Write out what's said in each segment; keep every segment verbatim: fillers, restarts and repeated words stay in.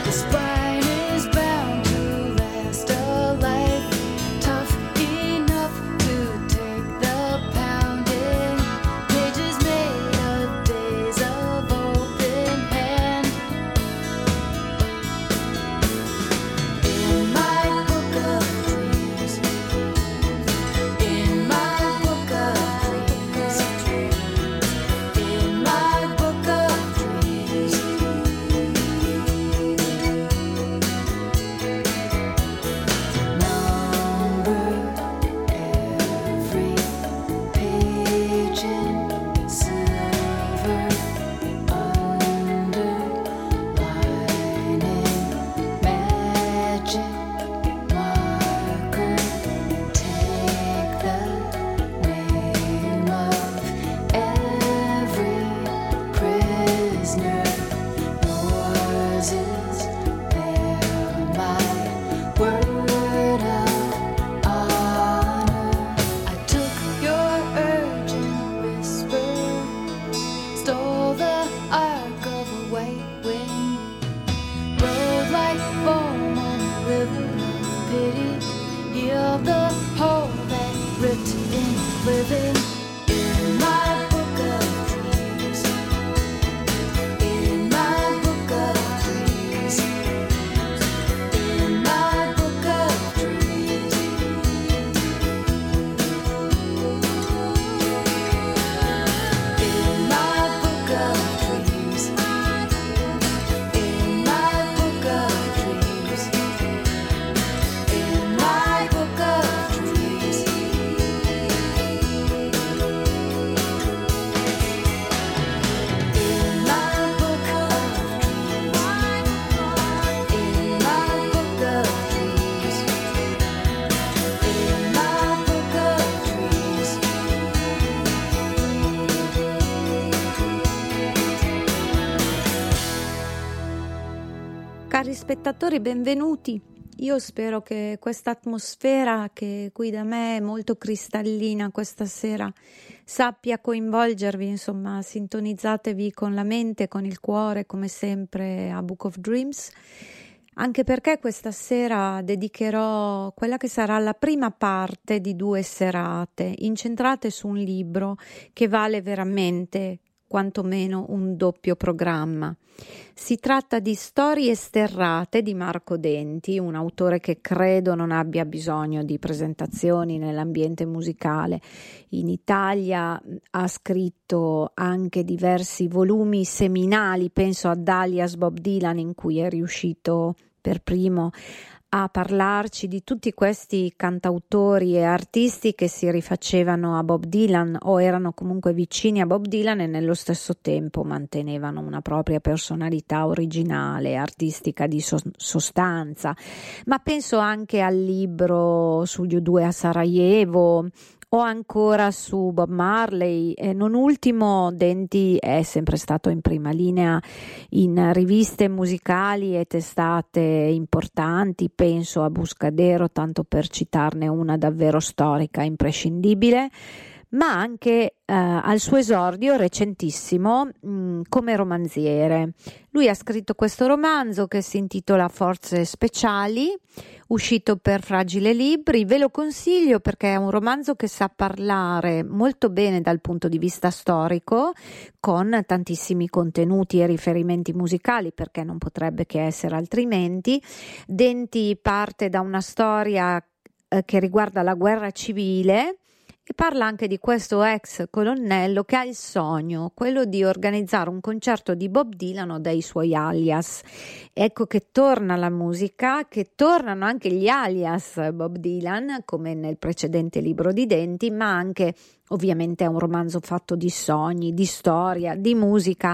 Cari spettatori, benvenuti. Io spero che questa atmosfera che qui da me è molto cristallina questa sera sappia coinvolgervi, insomma, sintonizzatevi con la mente, con il cuore, come sempre a Book of Dreams, anche perché questa sera dedicherò quella che sarà la prima parte di due serate incentrate su un libro che vale veramente quantomeno un doppio programma. Si tratta di Storie sterrate di Marco Denti, un autore che credo non abbia bisogno di presentazioni nell'ambiente musicale. In Italia ha scritto anche diversi volumi seminali, penso ad Alias Bob Dylan, in cui è riuscito per primo a parlarci di tutti questi cantautori e artisti che si rifacevano a Bob Dylan o erano comunque vicini a Bob Dylan e nello stesso tempo mantenevano una propria personalità originale, artistica di sostanza. Ma penso anche al libro sugli U due a Sarajevo o ancora su Bob Marley, e non ultimo Denti è sempre stato in prima linea in riviste musicali e testate importanti, penso a Buscadero, tanto per citarne una davvero storica, imprescindibile, ma anche eh, al suo esordio recentissimo mh, come romanziere. Lui ha scritto questo romanzo che si intitola Forze Speciali, uscito per Fragile Libri. Ve lo consiglio perché è un romanzo che sa parlare molto bene dal punto di vista storico, con tantissimi contenuti e riferimenti musicali, perché non potrebbe che essere altrimenti. Denti parte da una storia eh, che riguarda la guerra civile e parla anche di questo ex colonnello che ha il sogno, quello di organizzare un concerto di Bob Dylan o dei suoi alias. Ecco che torna la musica, che tornano anche gli alias Bob Dylan, come nel precedente libro di Denti, ma anche ovviamente è un romanzo fatto di sogni, di storia, di musica,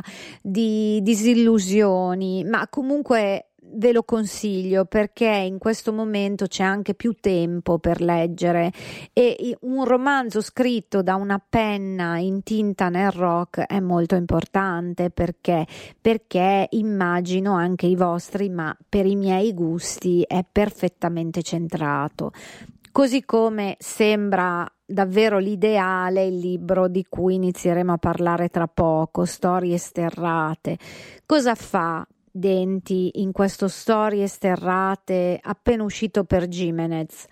di disillusioni, ma comunque ve lo consiglio perché in questo momento c'è anche più tempo per leggere e un romanzo scritto da una penna in tinta nel rock è molto importante perché perché immagino anche i vostri, ma per i miei gusti è perfettamente centrato, così come sembra davvero l'ideale il libro di cui inizieremo a parlare tra poco, Storie sterrate. Cosa fa? denti in questo Storie sterrate appena uscito per Jimenez.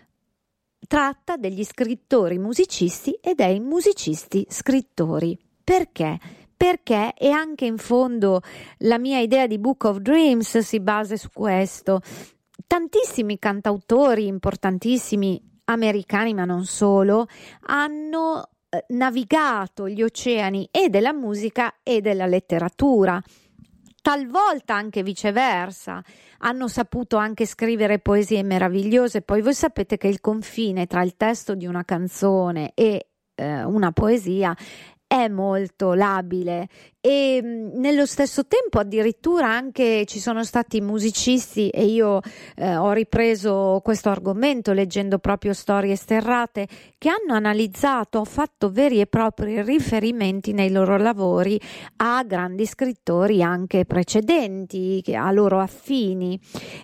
Tratta degli scrittori musicisti e dei musicisti scrittori. Perché? Perché, e anche in fondo la mia idea di Book of Dreams si basa su questo, tantissimi cantautori importantissimi americani, ma non solo, hanno eh, navigato gli oceani e della musica e della letteratura, talvolta anche viceversa, hanno saputo anche scrivere poesie meravigliose. Poi voi sapete che il confine tra il testo di una canzone e eh, una poesia è molto labile, e mh, nello stesso tempo addirittura anche ci sono stati musicisti, e io eh, ho ripreso questo argomento leggendo proprio Storie sterrate, che hanno analizzato, ho fatto veri e propri riferimenti nei loro lavori a grandi scrittori anche precedenti, a loro affini,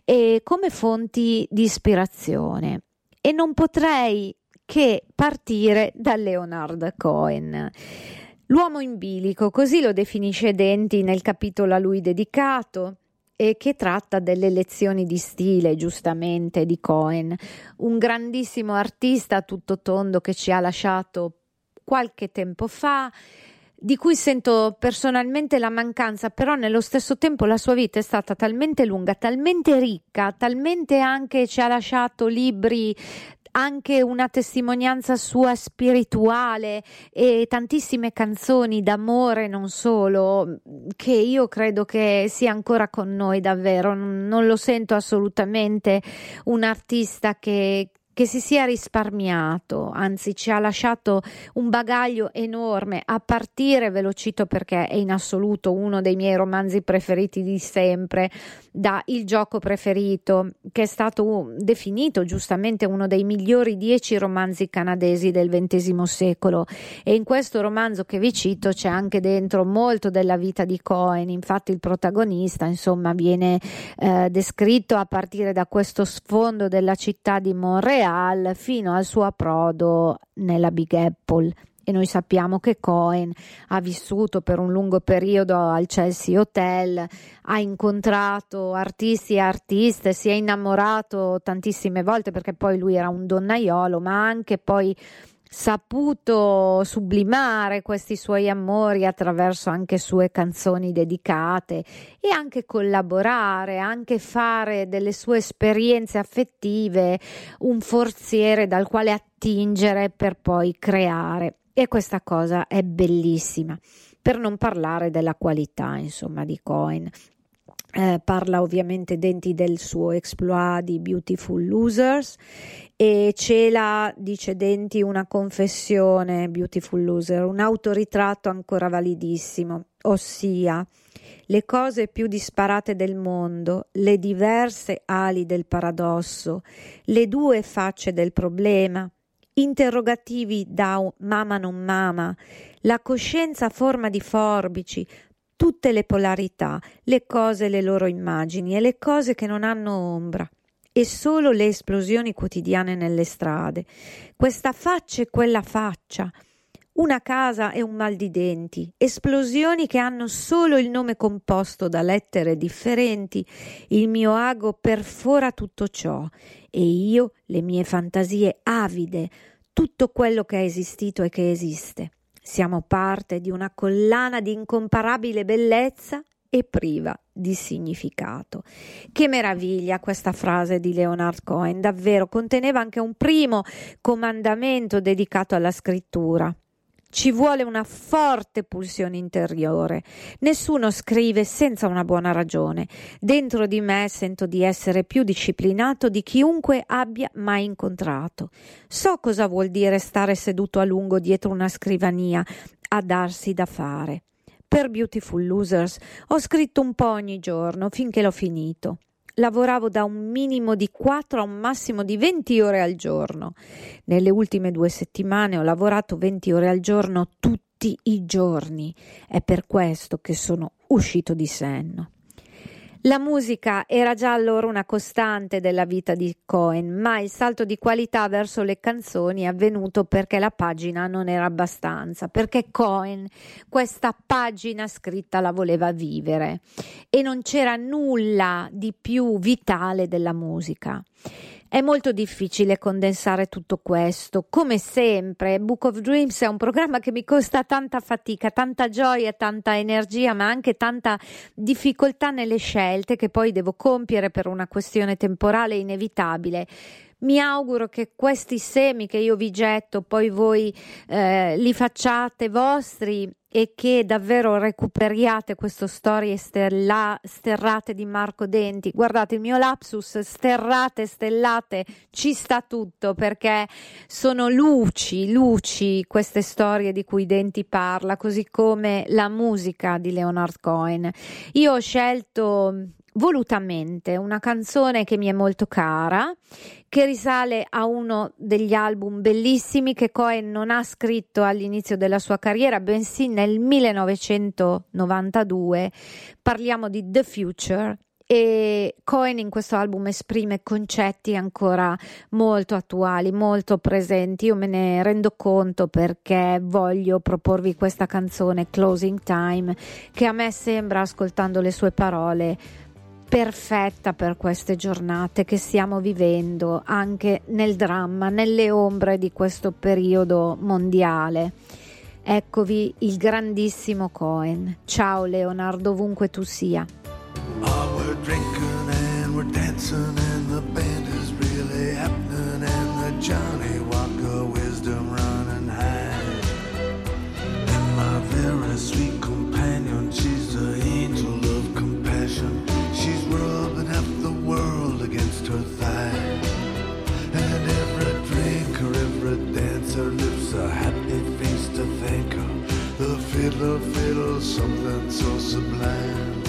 e come fonti di ispirazione. E non potrei che partire da Leonard Cohen. L'uomo in bilico, così lo definisce Denti nel capitolo a lui dedicato, e che tratta delle lezioni di stile, giustamente, di Cohen, un grandissimo artista a tutto tondo che ci ha lasciato qualche tempo fa, di cui sento personalmente la mancanza, però nello stesso tempo la sua vita è stata talmente lunga, talmente ricca, talmente anche ci ha lasciato libri, anche una testimonianza sua spirituale e tantissime canzoni d'amore, non solo, che io credo che sia ancora con noi davvero. Non lo sento assolutamente un artista che che si sia risparmiato, anzi ci ha lasciato un bagaglio enorme, a partire, ve lo cito perché è in assoluto uno dei miei romanzi preferiti di sempre, da Il gioco preferito, che è stato definito giustamente uno dei migliori dieci romanzi canadesi del ventesimo secolo, e in questo romanzo che vi cito c'è anche dentro molto della vita di Cohen. Infatti il protagonista, insomma, viene eh, descritto a partire da questo sfondo della città di Montreal fino al suo approdo nella Big Apple, e noi sappiamo che Cohen ha vissuto per un lungo periodo al Chelsea Hotel, ha incontrato artisti e artiste, si è innamorato tantissime volte, perché poi lui era un donnaiolo, ma anche poi saputo sublimare questi suoi amori attraverso anche sue canzoni dedicate, e anche collaborare, anche fare delle sue esperienze affettive un forziere dal quale attingere per poi creare, e questa cosa è bellissima, per non parlare della qualità, insomma, di Cohen. Eh, parla ovviamente Denti del suo exploit di Beautiful Losers, e cela, dice Denti, una confessione, Beautiful Loser, un autoritratto ancora validissimo, ossia le cose più disparate del mondo, le diverse ali del paradosso, le due facce del problema, interrogativi da mama non mama, la coscienza a forma di forbici, tutte le polarità, le cose e le loro immagini, e le cose che non hanno ombra, e solo le esplosioni quotidiane nelle strade, questa faccia e quella faccia, una casa e un mal di denti, esplosioni che hanno solo il nome composto da lettere differenti. Il mio ago perfora tutto ciò, e io le mie fantasie avide, tutto quello che è esistito e che esiste. Siamo parte di una collana di incomparabile bellezza e priva di significato. Che meraviglia questa frase di Leonard Cohen, davvero conteneva anche un primo comandamento dedicato alla scrittura. Ci vuole una forte pulsione interiore. Nessuno scrive senza una buona ragione. Dentro di me sento di essere più disciplinato di chiunque abbia mai incontrato. So cosa vuol dire stare seduto a lungo dietro una scrivania a darsi da fare. Per Beautiful Losers ho scritto un po' ogni giorno finché l'ho finito. Lavoravo da un minimo di quattro a un massimo di venti ore al giorno. Nelle ultime due settimane ho lavorato venti ore al giorno tutti i giorni. È per questo che sono uscito di senno. La musica era già allora una costante della vita di Cohen, ma il salto di qualità verso le canzoni è avvenuto perché la pagina non era abbastanza, perché Cohen questa pagina scritta la voleva vivere e non c'era nulla di più vitale della musica. È molto difficile condensare tutto questo. Come sempre, Book of Dreams è un programma che mi costa tanta fatica, tanta gioia, tanta energia, ma anche tanta difficoltà nelle scelte che poi devo compiere per una questione temporale inevitabile. Mi auguro che questi semi che io vi getto poi voi eh, li facciate vostri e che davvero recuperiate queste storie stella, sterrate di Marco Denti. Guardate il mio lapsus, sterrate, stellate, ci sta tutto, perché sono luci, luci queste storie di cui Denti parla, così come la musica di Leonard Cohen. Io ho scelto volutamente una canzone che mi è molto cara, che risale a uno degli album bellissimi che Cohen non ha scritto all'inizio della sua carriera, bensì nel millenovecentonovantadue. Parliamo di The Future e Cohen in questo album esprime concetti ancora molto attuali, molto presenti. Io me ne rendo conto perché voglio proporvi questa canzone Closing Time, che a me sembra, ascoltando le sue parole, perfetta per queste giornate che stiamo vivendo, anche nel dramma, nelle ombre di questo periodo mondiale. Eccovi il grandissimo Cohen. Ciao Leonardo, ovunque tu sia. Oh, we're drinking and we're dancing and the band is really happening and the Johnny Walker wisdom running high. And my very sweet companion, she's the angel of compassion. She's rubbing half the world against her thigh. And every drinker, every dancer lifts a happy face to thank her. The fiddler fiddles something so sublime.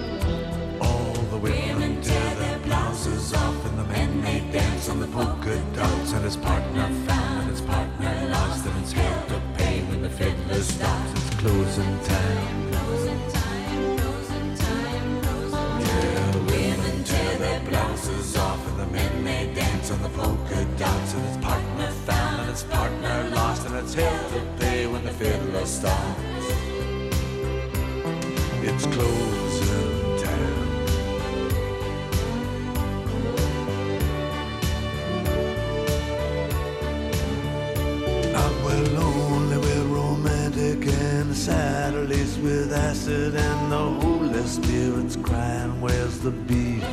All the women tear their blouses off and the men they dance on the polka dots. And his partner found and his partner lost and it's hell to pay when the fiddler stops. It's closing time. Their blouses off and the men they dance on the polka dots. And his partner found and his partner lost and it's hell to pay when the fiddler stops. It's closing time. Out we're lonely, we're romantic and sad, laced with acid and the Holy Spirit's crying, where's the beef?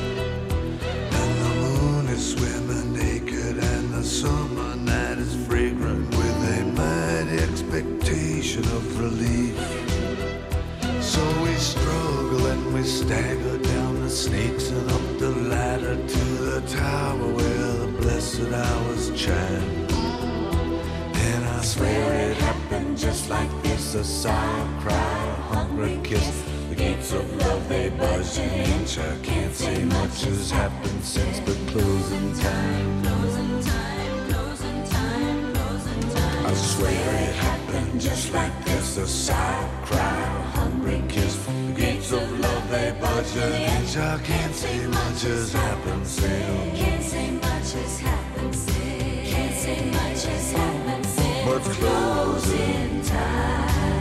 Swimming naked and the summer night is fragrant with a mighty expectation of relief. So we struggle and we stagger down the snakes and up the ladder to the tower where the blessed hours chime. And I swear it happened just like this, a sigh, a cry, a hungry kiss. The gates of love, they budge an inch. I can't say much has happened since, but closing time. Closing time, closing time, closing time. I swear it happened just like this, a sigh, a cry, a hungry kiss. The gates of love, they budge an inch. I can't say much has happened since. Can't say much has happened since. Can't say much has happened since. But closing time.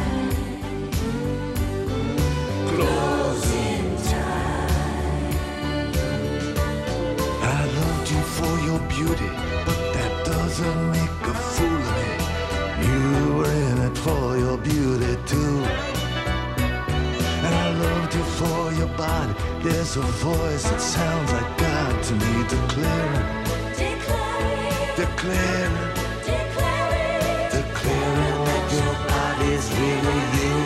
Closing time. I loved you for your beauty, but that doesn't make a fool of me. You were in it for your beauty too. And I loved you for your body. There's a voice that sounds like God to me, declaring, declaring, declaring, declaring, declaring that your body's really you.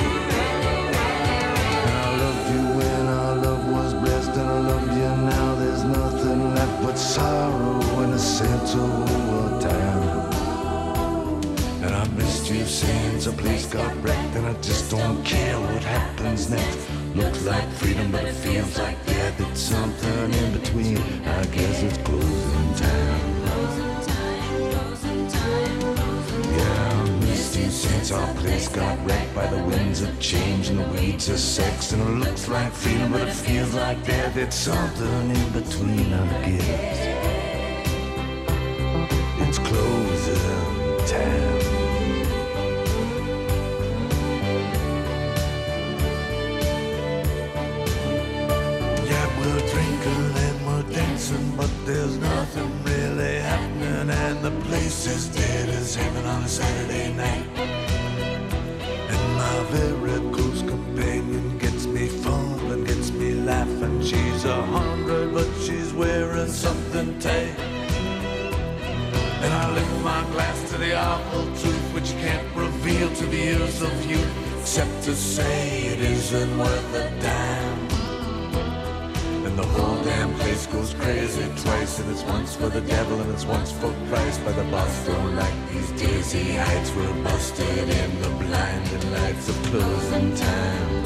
But sorrow in the center of town. And I missed you since a place got wrecked. And I just don't care what happens next. Looks like freedom, but it feels like death. It's something in between. I guess it's closing time. Yeah, I missed you Since our place got wrecked by the winds of change and the weeds of sex, and it looks like freedom, but it feels like death. It's something in between, I guess. It's closing time. Yeah, we're drinking and we're dancing, but there's nothing really happening, and the place is dead as heaven on a Saturday night. And my very close companion gets me fun and gets me laughing. She's a hundred, but she's wearing something tight. And I lift my glass to the awful truth, which you can't reveal to the ears of youth, except to say it isn't worth a dime. And the whole damn place goes crazy twice, and it's once for the devil and it's once for Christ. By the boss don't like these dizzy heights, we're busted in the blinding lights of closing time.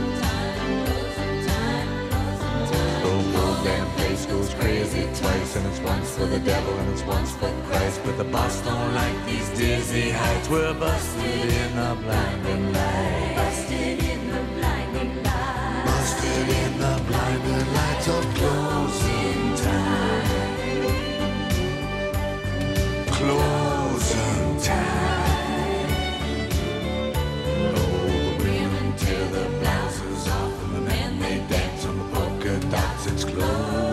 The whole damn place goes crazy twice, and it's once for the devil and it's once for Christ. But the boss don't like these dizzy heights, we're busted in the blinding lights. Busted in the blinding lights. Busted in the blinding lights of closing time. Closing time. Oh, the women tear their blouses off, and the men they dance on the polka dots. It's closing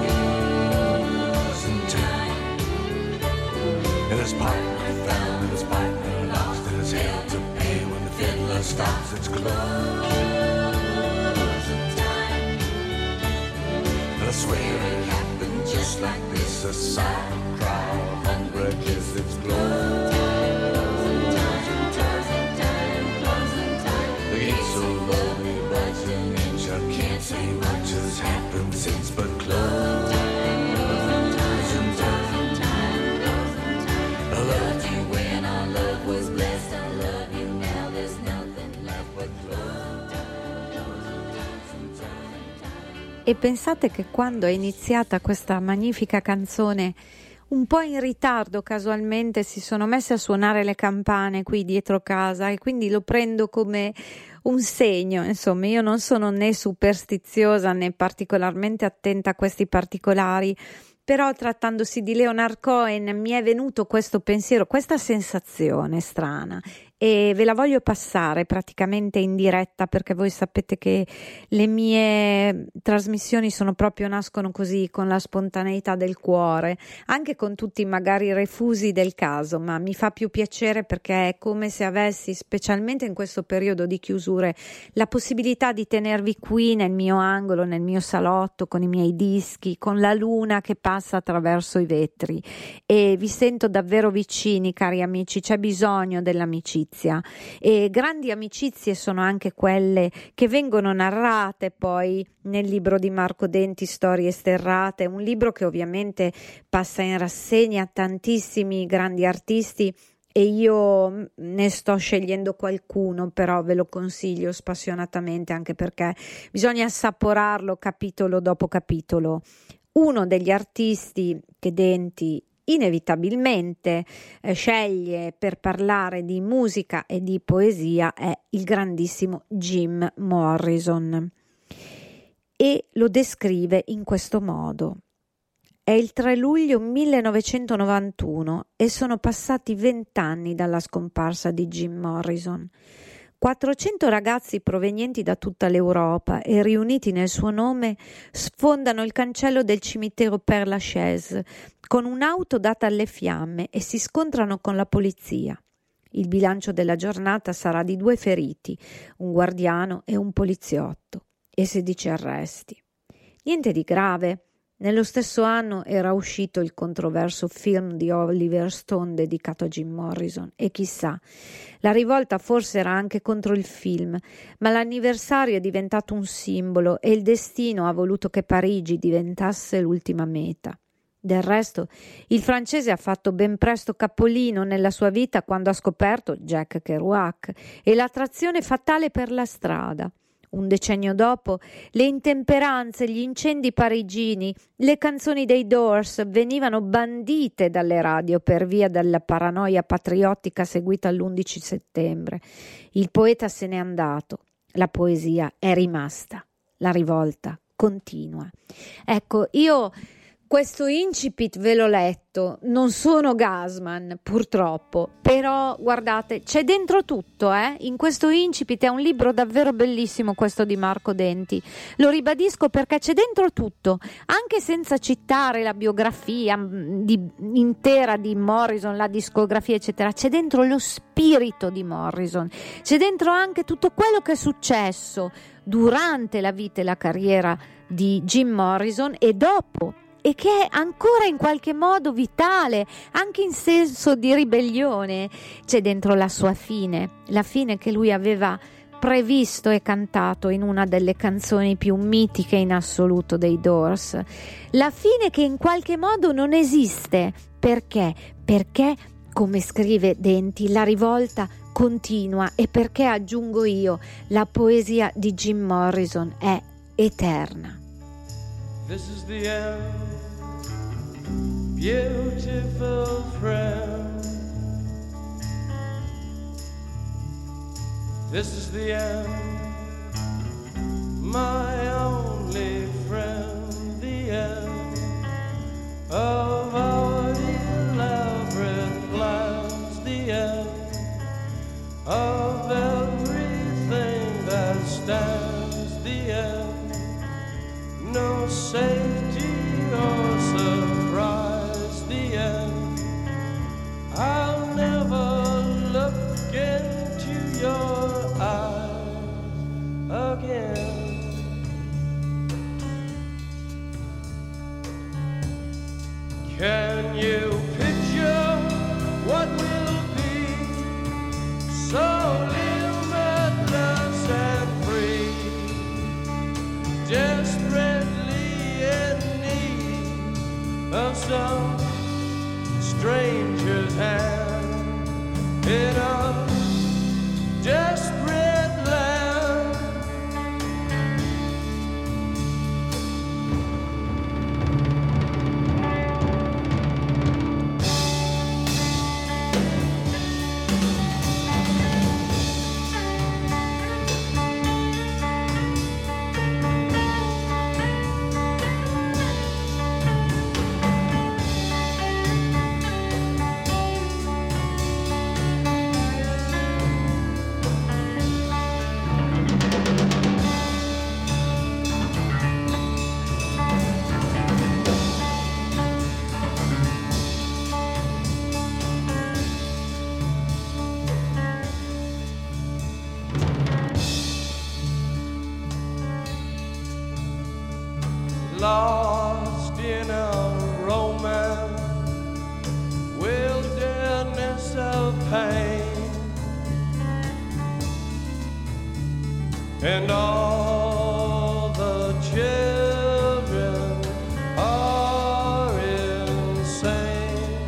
time. And his partner found and his partner lost, and his hell to pay when the fiddler stops. It's closing. I swear it happened just like this, a silent cry of hundred years. It's closing time. The gate's so low, we budge an inch. I can't say much has happened since, but closing time. I loved you when our love was blessed. I love you now, there's nothing left but closing. E pensate che quando è iniziata questa magnifica canzone, un po' in ritardo casualmente si sono messe a suonare le campane qui dietro casa, e quindi lo prendo come un segno. Insomma, io non sono né superstiziosa né particolarmente attenta a questi particolari, però trattandosi di Leonard Cohen mi è venuto questo pensiero, questa sensazione strana, e ve la voglio passare praticamente in diretta, perché voi sapete che le mie trasmissioni sono proprio, nascono così, con la spontaneità del cuore, anche con tutti magari i refusi del caso, ma mi fa più piacere perché è come se avessi, specialmente in questo periodo di chiusure, la possibilità di tenervi qui nel mio angolo, nel mio salotto, con i miei dischi, con la luna che passa attraverso i vetri, e vi sento davvero vicini, cari amici. C'è bisogno dell'amicizia, e grandi amicizie sono anche quelle che vengono narrate poi nel libro di Marco Denti, Storie sterrate, un libro che ovviamente passa in rassegna tantissimi grandi artisti, e io ne sto scegliendo qualcuno, però ve lo consiglio spassionatamente, anche perché bisogna assaporarlo capitolo dopo capitolo. Uno degli artisti che Denti inevitabilmente eh, sceglie per parlare di musica e di poesia è il grandissimo Jim Morrison, e lo descrive in questo modo: è il tre luglio millenovecentonovantuno e sono passati vent'anni dalla scomparsa di Jim Morrison. quattrocento ragazzi provenienti da tutta l'Europa e riuniti nel suo nome sfondano il cancello del cimitero Père Lachaise con un'auto data alle fiamme e si scontrano con la polizia. Il bilancio della giornata sarà di due feriti, un guardiano e un poliziotto, e sedici arresti. Niente di grave. Nello stesso anno era uscito il controverso film di Oliver Stone dedicato a Jim Morrison, e chissà, la rivolta forse era anche contro il film, ma l'anniversario è diventato un simbolo e il destino ha voluto che Parigi diventasse l'ultima meta. Del resto, il francese ha fatto ben presto capolino nella sua vita quando ha scoperto Jack Kerouac e l'attrazione fatale per la strada. un decennio dopo, le intemperanze, gli incendi parigini, le canzoni dei Doors venivano bandite dalle radio per via della paranoia patriottica seguita all'undici settembre. Il poeta se n'è andato, la poesia è rimasta, la rivolta continua. Ecco, io questo incipit ve l'ho letto, non sono Gassman purtroppo, però guardate, c'è dentro tutto, eh? In questo incipit. È un libro davvero bellissimo questo di Marco Denti, lo ribadisco perché c'è dentro tutto, anche senza citare la biografia di, intera di Morrison, la discografia eccetera, c'è dentro lo spirito di Morrison, c'è dentro anche tutto quello che è successo durante la vita e la carriera di Jim Morrison e dopo, e che è ancora in qualche modo vitale, anche in senso di ribellione. C'è dentro la sua fine, la fine che lui aveva previsto e cantato in una delle canzoni più mitiche in assoluto dei Doors. La fine che in qualche modo non esiste. Perché? Perché, come scrive Denti, la rivolta continua, e perché, aggiungo io, la poesia di Jim Morrison è eterna. This is the end, beautiful friend. This is the end, my only friend. The end of our elaborate plans. The end of everything that stands. The end. No safety or surprise, the end. I'll never look into your eyes again. Can you picture what will be so limitless and free? Desperate of some stranger's hand in a desperate land. Lost in a romance, wilderness of pain, and all the children are insane.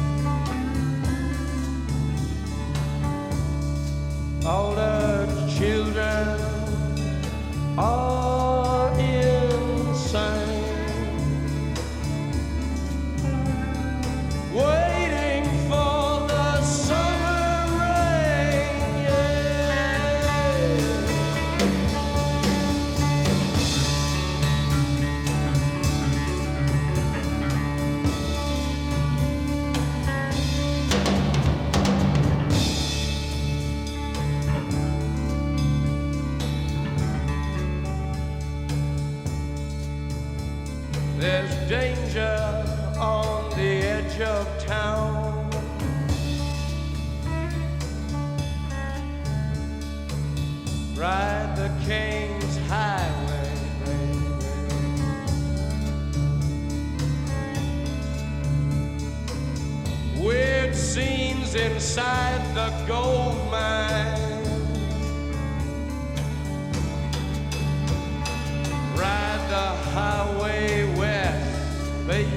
All the children are insane. Waiting for the summer rain, yeah. There's danger on the edge of town. Ride the King's Highway, baby. Weird scenes inside the gold mine. Ride the highway west, baby.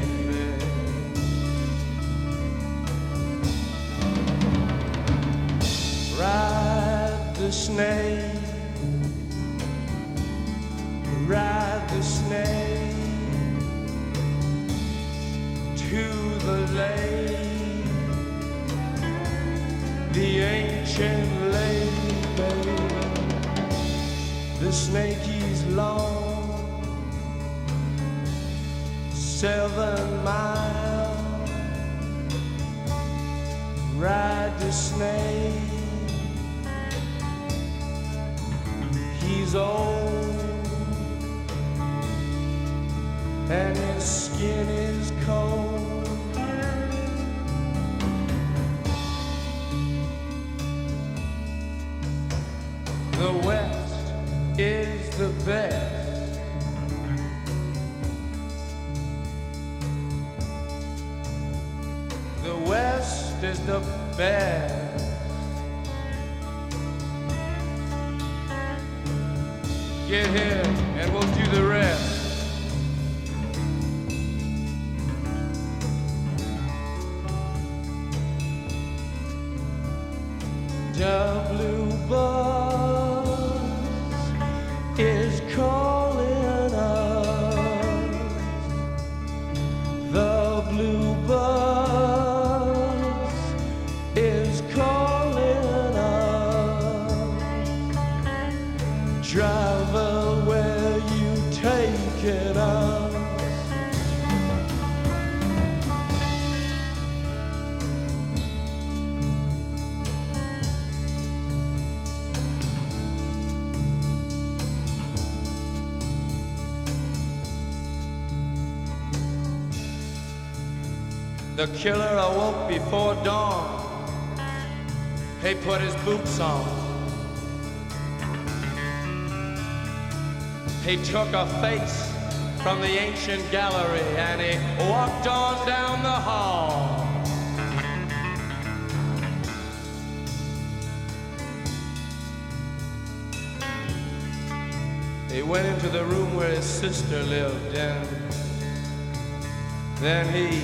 Ride the snake to the lake, the ancient lake, baby. The snake is long, seven miles. Ride the snake. He's old and his skin is cold. The West is the best. The West is the best. Get here and we'll do the rest. The blue bus is calling us. The blue bus is calling us. Driver, where you taking us? The killer awoke before dawn. He put his boots on. He took a face from the ancient gallery and he walked on down the hall. He went into the room where his sister lived, and then he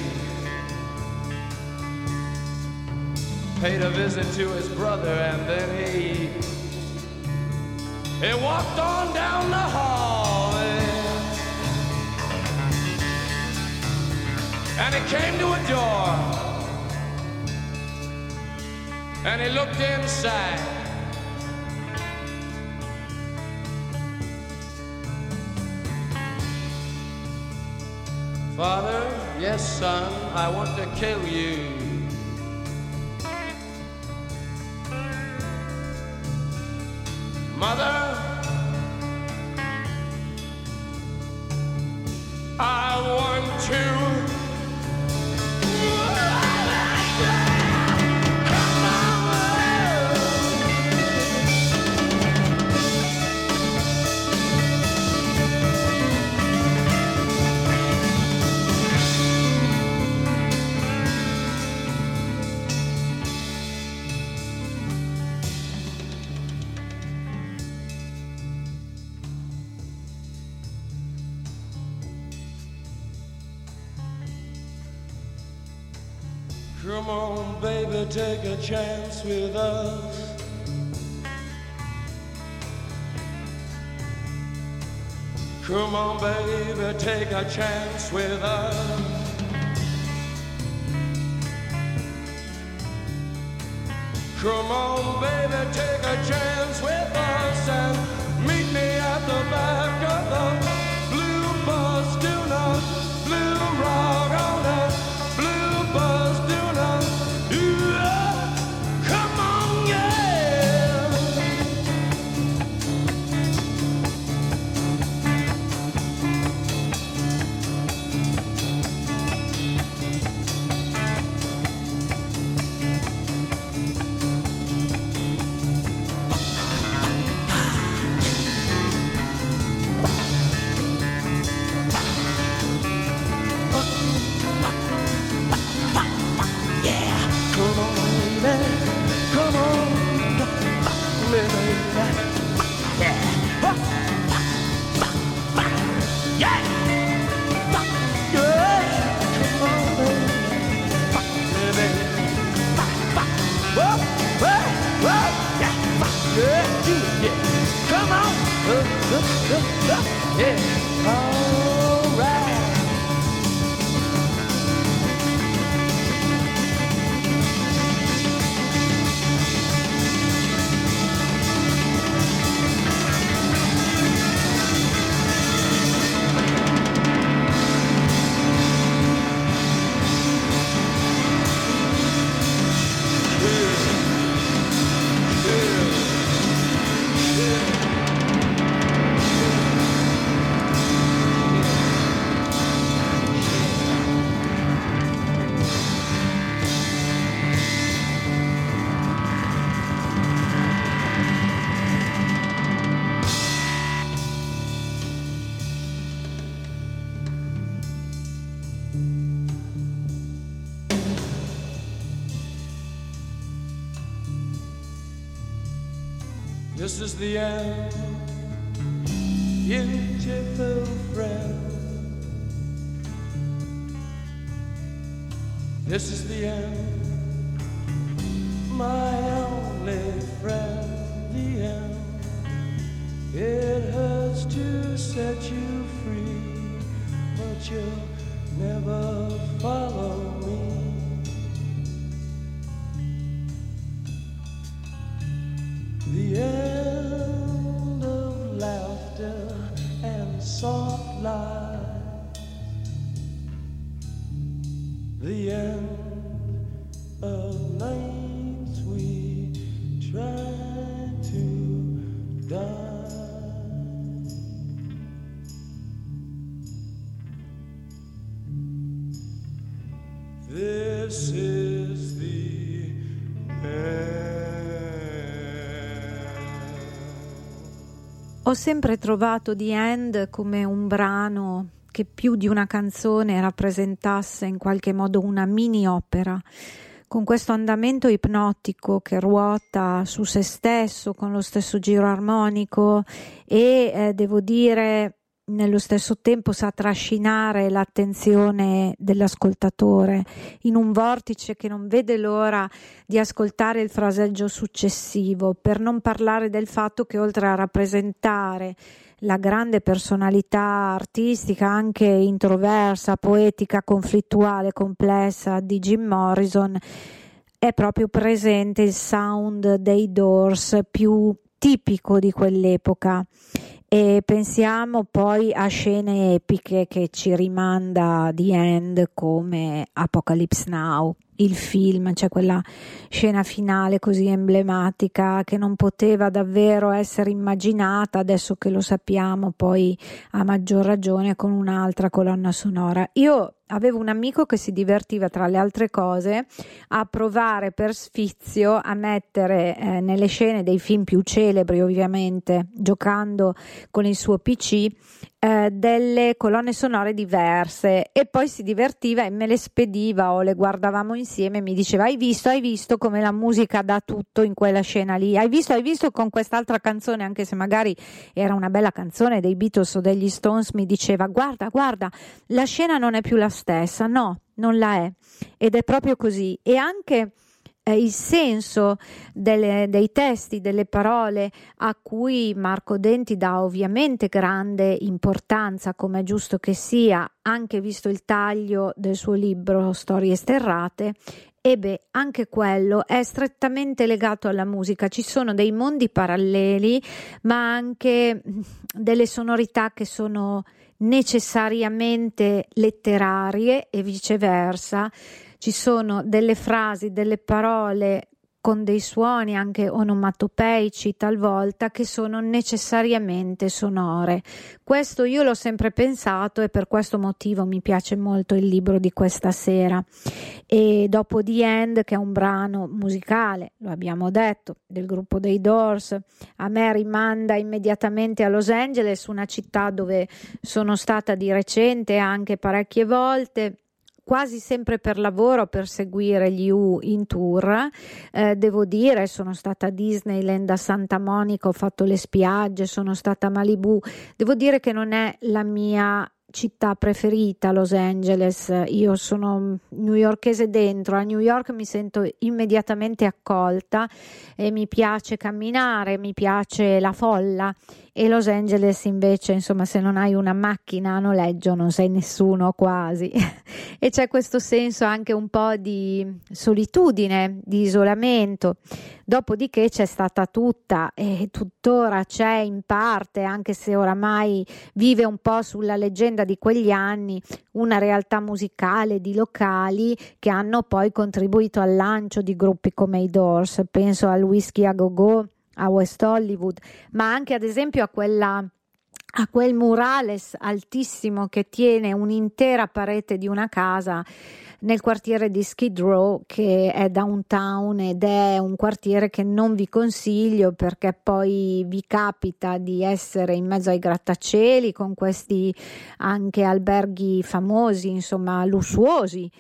paid a visit to his brother, and then he he walked on down the hall, and, and he came to a door, and he looked inside. Father, yes, son, I want to kill you. Mother, I want to. Come on, baby, take a chance with us. Come on, baby, take a chance with us. Come on, baby, take a chance with us and meet me at the back of the blue bus. Do not blue rock on that blue bus. Do not, yeah, come on, yeah. This is the end, beautiful friend. This is the end, my only friend. The end. It hurts to set you free, but you'll never follow me. The end of laughter and soft lies. The end of nights we try to die. This is the end. Ho sempre trovato The End come un brano che più di una canzone rappresentasse in qualche modo una mini opera, con questo andamento ipnotico che ruota su se stesso con lo stesso giro armonico e eh, devo dire nello stesso tempo sa trascinare l'attenzione dell'ascoltatore in un vortice che non vede l'ora di ascoltare il fraseggio successivo, per non parlare del fatto che oltre a rappresentare la grande personalità artistica, anche introversa, poetica, conflittuale, complessa di Jim Morrison, è proprio presente il sound dei Doors più tipico di quell'epoca. E pensiamo poi a scene epiche che ci rimanda The End, come Apocalypse Now, il film. C'è quella scena finale così emblematica che non poteva davvero essere immaginata, adesso che lo sappiamo poi a maggior ragione con un'altra colonna sonora. Io avevo un amico che si divertiva, tra le altre cose, a provare per sfizio a mettere eh, nelle scene dei film più celebri, ovviamente giocando con il suo P C, eh, delle colonne sonore diverse, e poi si divertiva e me le spediva o le guardavamo insieme e mi diceva: hai visto, hai visto come la musica dà tutto in quella scena lì, hai visto, hai visto con quest'altra canzone, anche se magari era una bella canzone dei Beatles o degli Stones, mi diceva: guarda, guarda, la scena non è più la stessa. No, non la è, ed è proprio così. E anche eh, il senso delle, dei testi, delle parole, a cui Marco Denti dà ovviamente grande importanza, come è giusto che sia, anche visto il taglio del suo libro Storie sterrate. E beh, anche quello è strettamente legato alla musica. Ci sono dei mondi paralleli, ma anche delle sonorità che sono necessariamente letterarie e viceversa. Ci sono delle frasi, delle parole con dei suoni anche onomatopeici talvolta che sono necessariamente sonore. Questo io l'ho sempre pensato e per questo motivo mi piace molto il libro di questa sera. E dopo The End, che è un brano musicale, lo abbiamo detto, del gruppo dei Doors, a me rimanda immediatamente a Los Angeles, una città dove sono stata di recente anche parecchie volte, quasi sempre per lavoro, per seguire gli U in tour. Eh, devo dire, sono stata a Disneyland, a Santa Monica, ho fatto le spiagge, sono stata a Malibu. Devo dire che non è la mia città preferita, Los Angeles. Io sono newyorkese dentro, a New York mi sento immediatamente accolta e mi piace camminare, mi piace la folla. E Los Angeles invece, insomma, se non hai una macchina a noleggio non sei nessuno quasi. E c'è questo senso anche un po' di solitudine, di isolamento. Dopodiché c'è stata tutta e tuttora c'è in parte, anche se oramai vive un po' sulla leggenda di quegli anni, una realtà musicale di locali che hanno poi contribuito al lancio di gruppi come i Doors. Penso al Whisky a Go Go, a West Hollywood, ma anche ad esempio a quella a quel murales altissimo che tiene un'intera parete di una casa nel quartiere di Skid Row, che è downtown ed è un quartiere che non vi consiglio perché poi vi capita di essere in mezzo ai grattacieli con questi anche alberghi famosi, insomma lussuosi.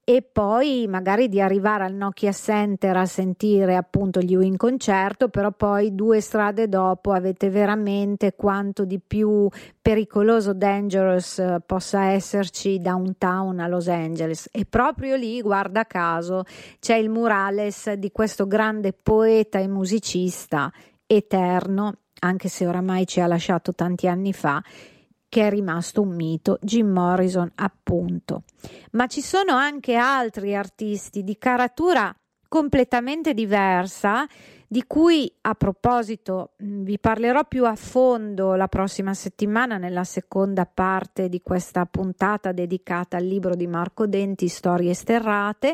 e poi magari di arrivare al Nokia Center a sentire appunto gli U in concerto, però poi due strade dopo avete veramente quanto di più pericoloso, dangerous possa esserci downtown a Los Angeles. E proprio lì, guarda caso, c'è il murales di questo grande poeta e musicista eterno, anche se oramai ci ha lasciato tanti anni fa, che è rimasto un mito, Jim Morrison appunto. Ma ci sono anche altri artisti di caratura completamente diversa, di cui a proposito vi parlerò più a fondo la prossima settimana nella seconda parte di questa puntata dedicata al libro di Marco Denti, Storie sterrate,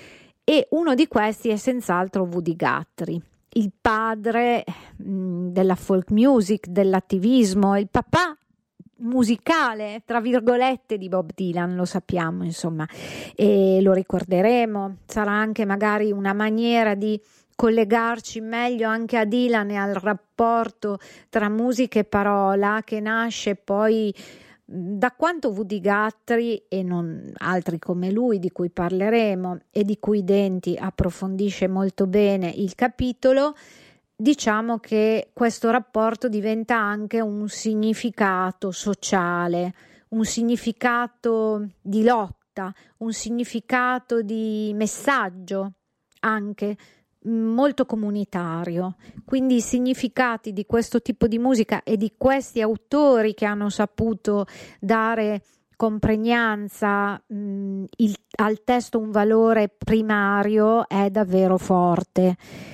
e uno di questi è senz'altro Woody Guthrie, il padre mh, della folk music, dell'attivismo, il papà musicale tra virgolette di Bob Dylan, lo sappiamo insomma, e lo ricorderemo. Sarà anche magari una maniera di collegarci meglio anche a Dylan e al rapporto tra musica e parola, che nasce poi da quanto Woody Guthrie e non altri come lui, di cui parleremo e di cui Denti approfondisce molto bene il capitolo. Diciamo che questo rapporto diventa anche un significato sociale, un significato di lotta, un significato di messaggio anche molto comunitario. Quindi i significati di questo tipo di musica e di questi autori che hanno saputo dare con pregnanza mh, il, al testo un valore primario è davvero forte.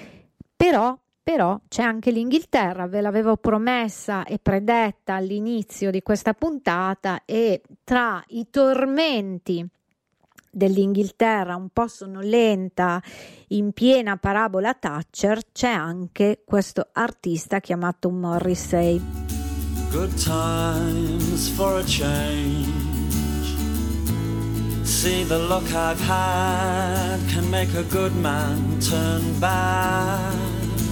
Però Però c'è anche l'Inghilterra, ve l'avevo promessa e predetta all'inizio di questa puntata, e tra i tormenti dell'Inghilterra un po' sonnolenta in piena parabola Thatcher c'è anche questo artista chiamato Morrissey. Good times for a change. See the luck I've had can make a good man turn bad.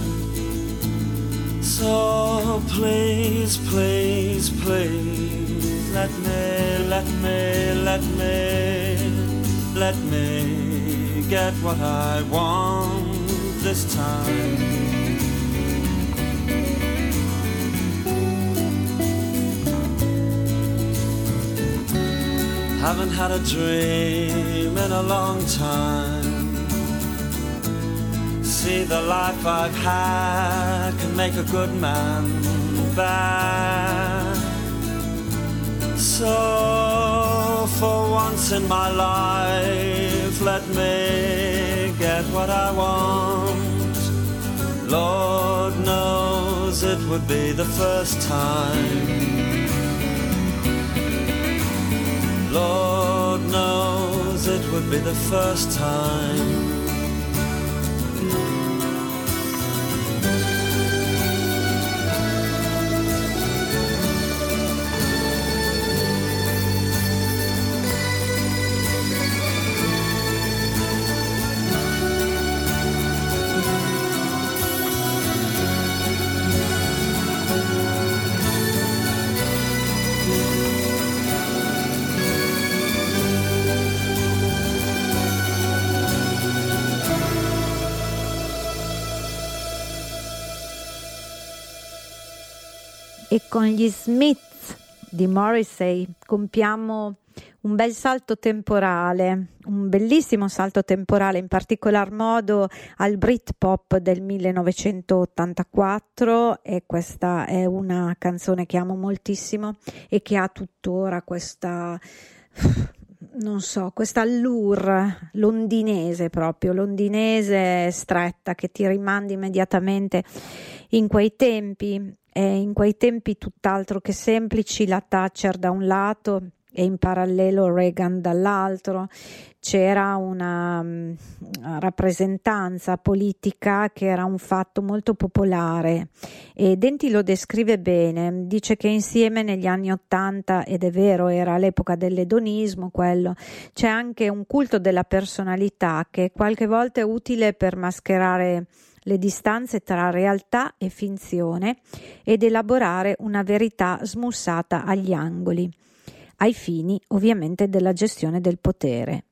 So please, please, please, let me, let me, let me, let me get what I want this time. Haven't had a dream in a long time. See, the life I've had can make a good man bad. So for once in my life, let me get what I want. Lord knows it would be the first time. Lord knows it would be the first time. E con gli Smiths di Morrissey compiamo un bel salto temporale, un bellissimo salto temporale, in particolar modo al Britpop del millenovecentottantaquattro, e questa è una canzone che amo moltissimo e che ha tuttora questa, non so, questa allure londinese, proprio londinese stretta, che ti rimanda immediatamente in quei tempi. E in quei tempi tutt'altro che semplici, la Thatcher da un lato e in parallelo Reagan dall'altro. C'era una um, rappresentanza politica che era un fatto molto popolare, e Denti lo descrive bene, dice che insieme negli anni ottanta, ed è vero, era l'epoca dell'edonismo quello, c'è anche un culto della personalità che qualche volta è utile per mascherare le distanze tra realtà e finzione ed elaborare una verità smussata agli angoli, ai fini ovviamente della gestione del potere.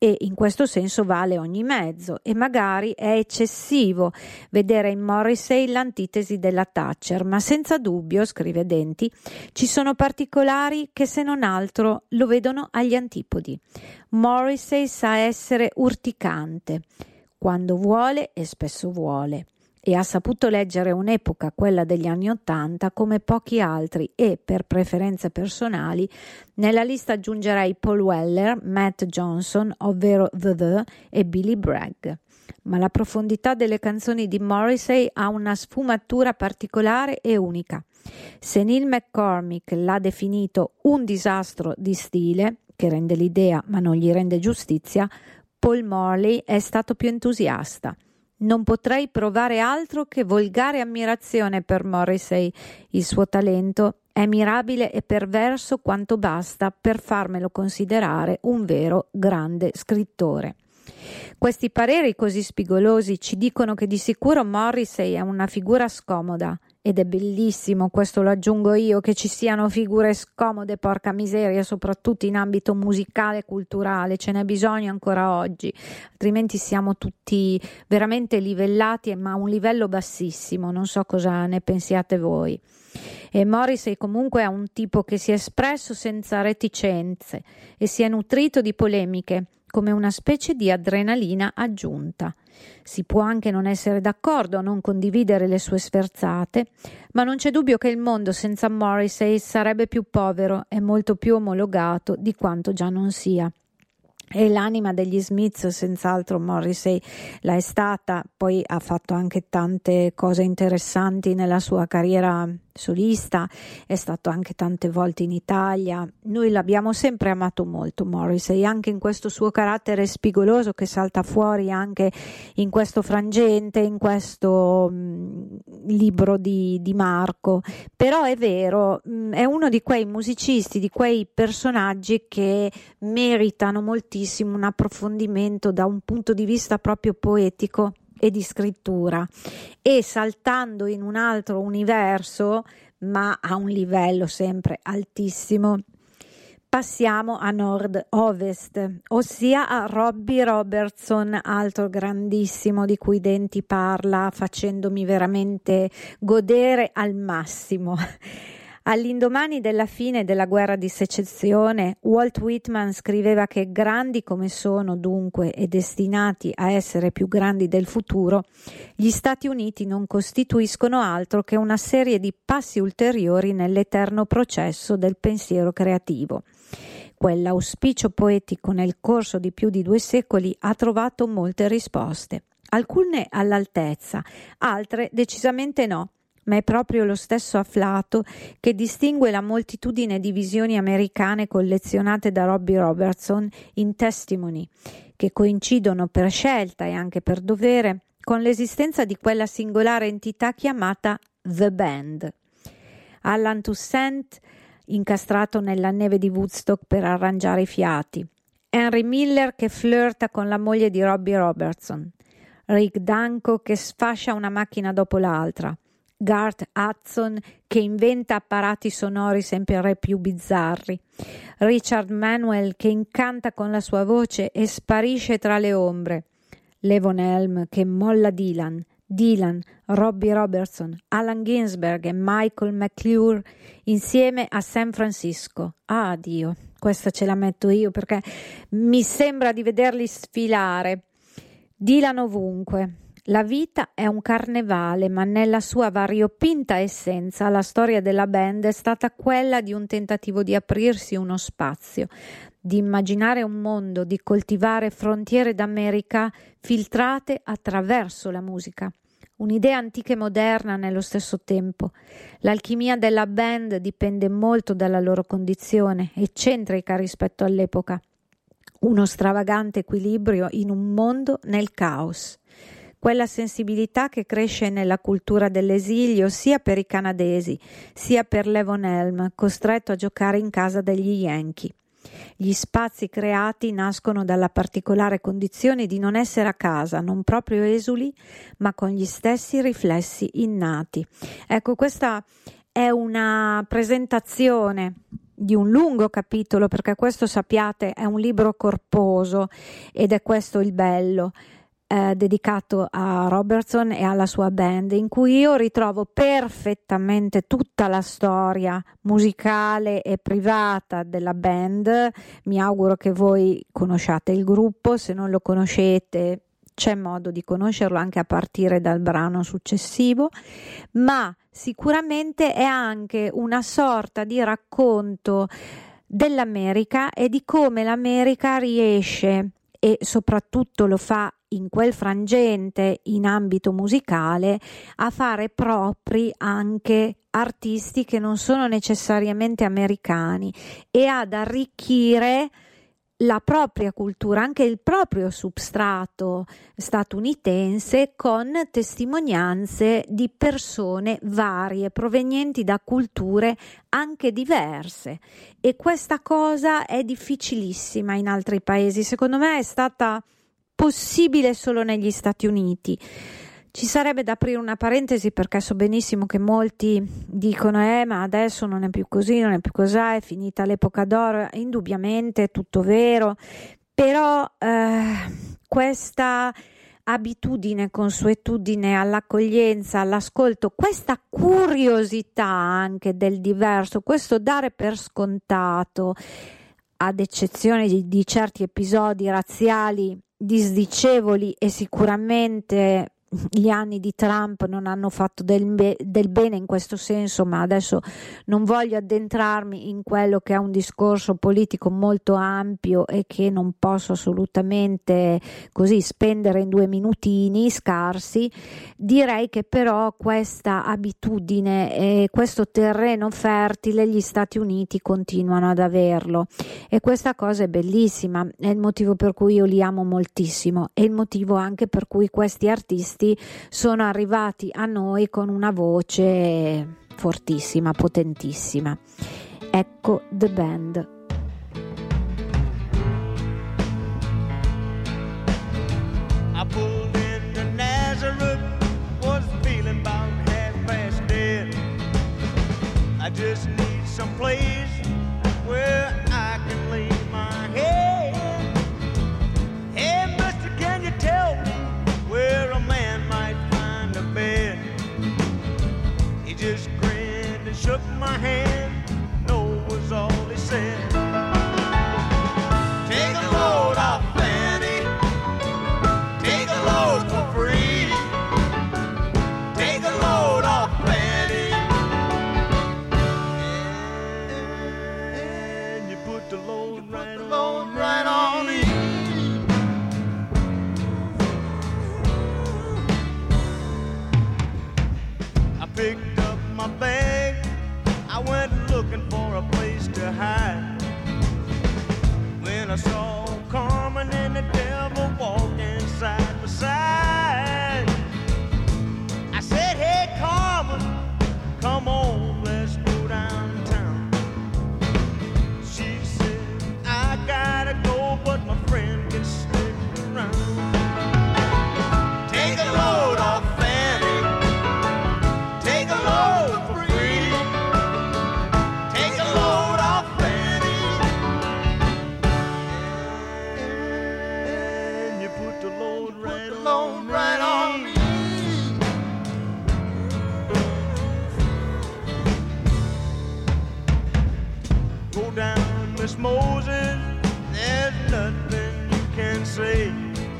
e in questo senso vale ogni mezzo, e magari è eccessivo vedere in Morrissey l'antitesi della Thatcher, ma senza dubbio, scrive Denti, ci sono particolari che se non altro lo vedono agli antipodi. Morrissey sa essere urticante, quando vuole e spesso vuole, e ha saputo leggere un'epoca, quella degli anni Ottanta, come pochi altri, e per preferenze personali nella lista aggiungerei Paul Weller, Matt Johnson, ovvero The The, e Billy Bragg. Ma la profondità delle canzoni di Morrissey ha una sfumatura particolare e unica. Se Neil McCormick l'ha definito un disastro di stile, che rende l'idea ma non gli rende giustizia, Paul Morley è stato più entusiasta. Non potrei provare altro che volgare ammirazione per Morrissey. Il suo talento è mirabile e perverso quanto basta per farmelo considerare un vero grande scrittore. Questi pareri così spigolosi ci dicono che di sicuro Morrissey è una figura scomoda, ed è bellissimo, questo lo aggiungo io, che ci siano figure scomode, porca miseria, soprattutto in ambito musicale e culturale, ce n'è bisogno ancora oggi, altrimenti siamo tutti veramente livellati, ma a un livello bassissimo, non so cosa ne pensiate voi. E Morrissey comunque è un tipo che si è espresso senza reticenze e si è nutrito di polemiche, come una specie di adrenalina aggiunta. Si può anche non essere d'accordo, non condividere le sue sferzate, ma non c'è dubbio che il mondo senza Morrissey sarebbe più povero e molto più omologato di quanto già non sia. E l'anima degli Smiths, senz'altro Morrissey la è stata, poi ha fatto anche tante cose interessanti nella sua carriera solista, è stato anche tante volte in Italia. Noi l'abbiamo sempre amato molto Morrissey, anche in questo suo carattere spigoloso che salta fuori anche in questo frangente, in questo mh, libro di, di Marco. Però è vero, mh, è uno di quei musicisti, di quei personaggi che meritano moltissimo un approfondimento da un punto di vista proprio poetico e di scrittura, e saltando in un altro universo, ma a un livello sempre altissimo, passiamo a nord-ovest, ossia a Robbie Robertson, altro grandissimo di cui Denti parla facendomi veramente godere al massimo. All'indomani della fine della guerra di secessione, Walt Whitman scriveva che grandi come sono dunque e destinati a essere più grandi del futuro, gli Stati Uniti non costituiscono altro che una serie di passi ulteriori nell'eterno processo del pensiero creativo. Quell'auspicio poetico nel corso di più di due secoli ha trovato molte risposte, alcune all'altezza, altre decisamente no. Ma è proprio lo stesso afflato che distingue la moltitudine di visioni americane collezionate da Robbie Robertson in Testimony, che coincidono per scelta e anche per dovere con l'esistenza di quella singolare entità chiamata The Band. Alan Toussaint, incastrato nella neve di Woodstock per arrangiare i fiati, Henry Miller che flirta con la moglie di Robbie Robertson, Rick Danko che sfascia una macchina dopo l'altra, Garth Hudson che inventa apparati sonori sempre più bizzarri, Richard Manuel che incanta con la sua voce e sparisce tra le ombre, Levon Helm che molla Dylan, Dylan, Robbie Robertson, Allen Ginsberg e Michael McClure insieme a San Francisco. Ah Dio, questa ce la metto io perché mi sembra di vederli sfilare. Dylan ovunque. La vita è un carnevale, ma nella sua variopinta essenza la storia della band è stata quella di un tentativo di aprirsi uno spazio, di immaginare un mondo, di coltivare frontiere d'America filtrate attraverso la musica. Un'idea antica e moderna nello stesso tempo. L'alchimia della band dipende molto dalla loro condizione, eccentrica rispetto all'epoca. Uno stravagante equilibrio in un mondo nel caos. Quella sensibilità che cresce nella cultura dell'esilio sia per i canadesi, sia per Levon Helm, costretto a giocare in casa degli Yankee. Gli spazi creati nascono dalla particolare condizione di non essere a casa, non proprio esuli, ma con gli stessi riflessi innati. Ecco, questa è una presentazione di un lungo capitolo, perché questo, sappiate, è un libro corposo ed è questo il bello, eh, dedicato a Robertson e alla sua band, in cui io ritrovo perfettamente tutta la storia musicale e privata della band. Mi auguro che voi conosciate il gruppo, se non lo conoscete c'è modo di conoscerlo anche a partire dal brano successivo, ma sicuramente è anche una sorta di racconto dell'America e di come l'America riesce, e soprattutto lo fa in quel frangente in ambito musicale, a fare propri anche artisti che non sono necessariamente americani e ad arricchire la propria cultura, anche il proprio substrato statunitense, con testimonianze di persone varie provenienti da culture anche diverse, e questa cosa è difficilissima in altri paesi. Secondo me è stata possibile solo negli Stati Uniti. Ci sarebbe da aprire una parentesi, perché so benissimo che molti dicono eh ma adesso non è più così, non è più così, è finita l'epoca d'oro. Indubbiamente è tutto vero, però eh, questa abitudine, consuetudine all'accoglienza, all'ascolto, questa curiosità anche del diverso, questo dare per scontato, ad eccezione di, di certi episodi razziali disdicevoli, e sicuramente gli anni di Trump non hanno fatto del, be- del bene in questo senso, ma adesso non voglio addentrarmi in quello che è un discorso politico molto ampio e che non posso assolutamente così spendere in due minutini scarsi. Direi che però questa abitudine e questo terreno fertile gli Stati Uniti continuano ad averlo, e questa cosa è bellissima, è il motivo per cui io li amo moltissimo, e il motivo anche per cui questi artisti sono arrivati a noi con una voce fortissima, potentissima. Ecco The Band. I pulled into Nazareth, was feeling about half past dead. I just need some place where I can lay my head. Hey, mister, can you tell me where a man might find a bed? He just grinned and shook my hand, no was all he said. Take a load off Fanny, take a load for free. Take a load off Fanny, and you put the load right on, right on me. Picked up my bag, I went looking for a place to hide. When I saw Carmen and the devil walking side by side, I said, hey Carmen, come on, let's go downtown. She said, I gotta go, but my friend can stick around. Take a load off Fanny, take a load for free. Take a load off Fanny, and you put the load right, the load right on me. Go down, Miss Moses, there's nothing you can say.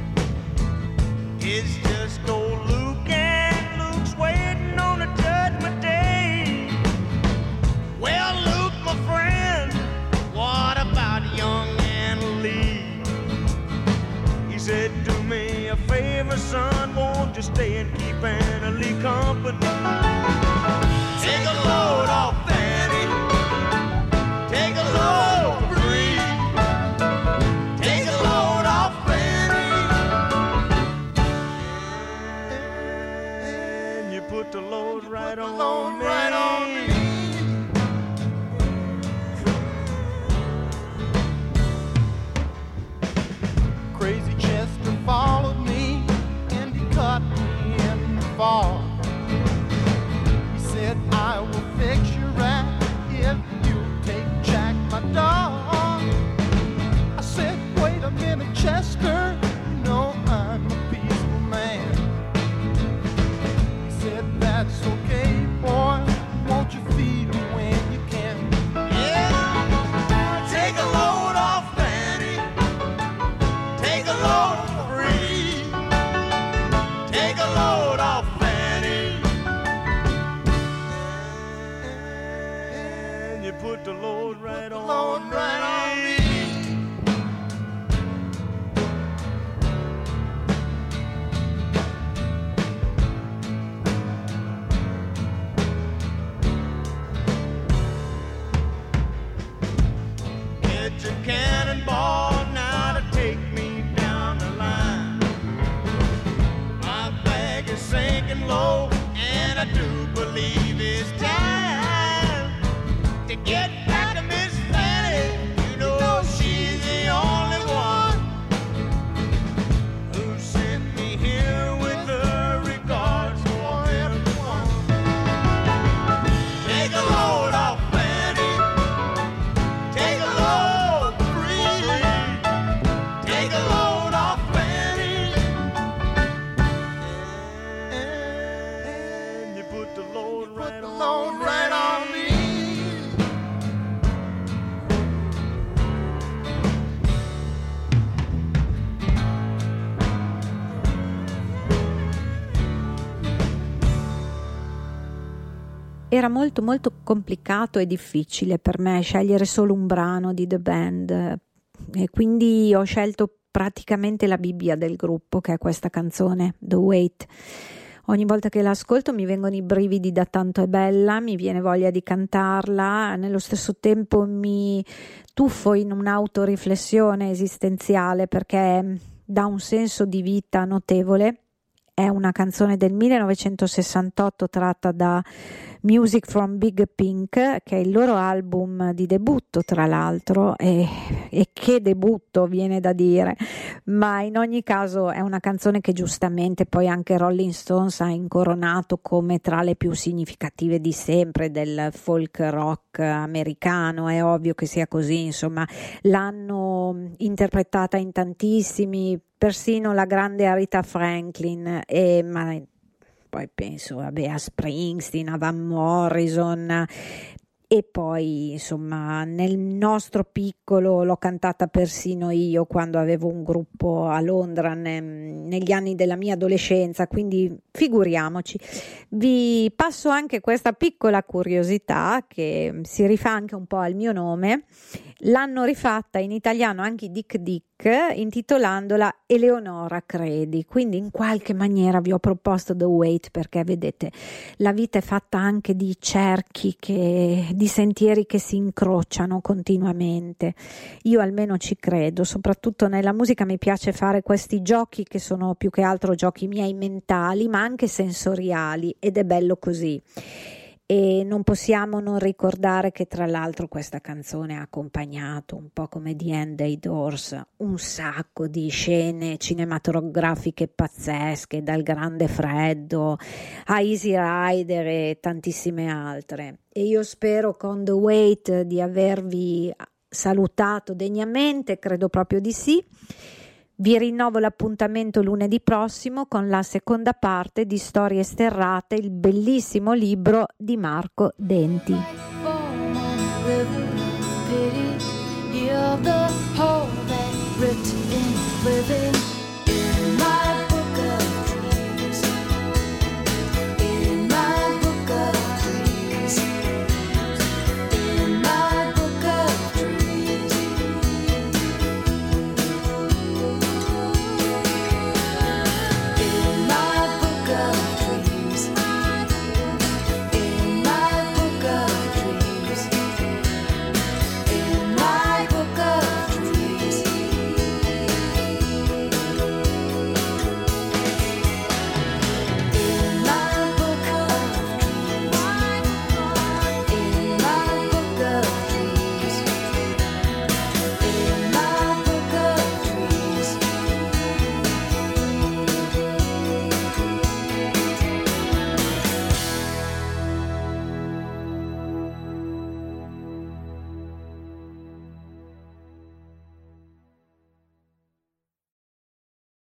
It's just old Luke, and Luke's waiting on the judgment day. Well, Luke, my friend, what about young Anna Lee? He said, do me a favor, son, won't you stay and keep Anna Lee company? Take a load off Fanny, take a load for free. Take a load off Fanny, and you put the load right on me. Right on me. Crazy Chester followed me and he caught me in the fall. He said, I will fix you right if you take Jack I've been a Chester, you know I'm a peaceful man. He said, that's okay, boy, won't you feed him when you can? Yeah, take a load off Fanny, take a load free, take a load off Fanny, and you put the load right on, load right on me. Get your cannonball now to take me down the line. My bag is sinking low, and I do believe it's time to get back to Miss Fanny. You know she's the only one who sent me here with her regards for everyone. Take a load off Fanny, take a load free, take a load off Fanny, and you put the load right on, right on me. Era molto molto complicato e difficile per me scegliere solo un brano di The Band, e quindi ho scelto praticamente la Bibbia del gruppo, che è questa canzone, The Wait. Ogni volta che l'ascolto mi vengono i brividi da tanto è bella, mi viene voglia di cantarla, nello stesso tempo mi tuffo in un'autoriflessione esistenziale perché dà un senso di vita notevole. È una canzone del millenovecentosessantotto tratta da Music from Big Pink, che è il loro album di debutto, tra l'altro, e, e che debutto viene da dire, ma in ogni caso è una canzone che giustamente poi anche Rolling Stones ha incoronato come tra le più significative di sempre del folk rock americano. È ovvio che sia così, insomma, l'hanno interpretata in tantissimi, persino la grande Aretha Franklin, e ma poi penso vabbè, a Springsteen, a Van Morrison, e poi insomma nel nostro piccolo l'ho cantata persino io quando avevo un gruppo a Londra ne, negli anni della mia adolescenza, quindi figuriamoci. Vi passo anche questa piccola curiosità che si rifà anche un po' al mio nome. L'hanno rifatta in italiano anche Dick Dick, intitolandola Eleonora Credi, quindi in qualche maniera vi ho proposto The Wait perché vedete la vita è fatta anche di cerchi, che, di sentieri che si incrociano continuamente. Io almeno ci credo, soprattutto nella musica mi piace fare questi giochi che sono più che altro giochi miei mentali ma anche sensoriali, ed è bello così. E non possiamo non ricordare che tra l'altro questa canzone ha accompagnato, un po' come The End dei Doors, un sacco di scene cinematografiche pazzesche, dal Grande Freddo a Easy Rider e tantissime altre. E io spero con The Wait di avervi salutato degnamente, credo proprio di sì. Vi rinnovo l'appuntamento lunedì prossimo con la seconda parte di Storie sterrate, il bellissimo libro di Marco Denti. You're the whole that ripped in living